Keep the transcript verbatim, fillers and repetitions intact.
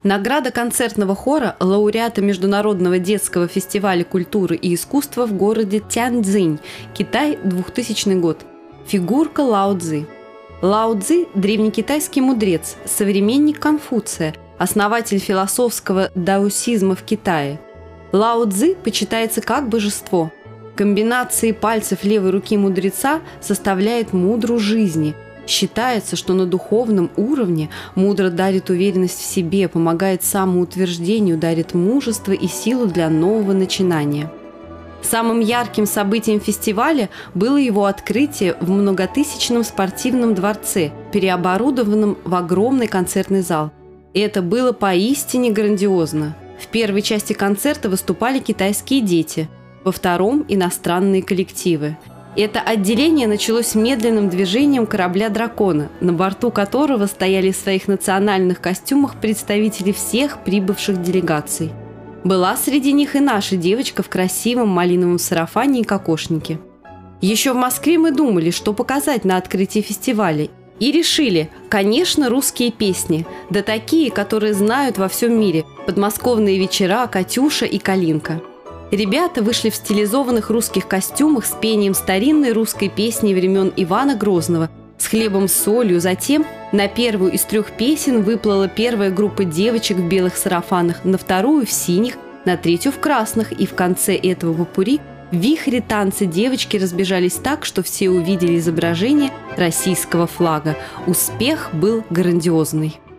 Награда концертного хора лауреата Международного детского фестиваля культуры и искусства в городе Тяньцзинь, Китай, двухтысячный год. Фигурка Лао Цзы. Лао Цзы – древнекитайский мудрец, современник Конфуция, основатель философского даосизма в Китае. Лао Цзы почитается как божество. Комбинации пальцев левой руки мудреца составляет мудру жизни. Считается, что на духовном уровне мудро дарит уверенность в себе, помогает самоутверждению, дарит мужество и силу для нового начинания. Самым ярким событием фестиваля было его открытие в многотысячном спортивном дворце, переоборудованном в огромный концертный зал. И это было поистине грандиозно. В первой части концерта выступали китайские дети, во втором – иностранные коллективы. Это отделение началось с медленным движением корабля-дракона, на борту которого стояли в своих национальных костюмах представители всех прибывших делегаций. Была среди них и наша девочка в красивом малиновом сарафане и кокошнике. Еще в Москве мы думали, что показать на открытии фестиваля, и решили, конечно, русские песни, да такие, которые знают во всем мире: «Подмосковные вечера», «Катюша» и «Калинка». Ребята вышли в стилизованных русских костюмах с пением старинной русской песни времен Ивана Грозного, с хлебом с солью. Затем на первую из трех песен выплыла первая группа девочек в белых сарафанах, на вторую – в синих, на третью – в красных, и в конце этого попурри в вихре танцы девочки разбежались так, что все увидели изображение российского флага. Успех был грандиозный.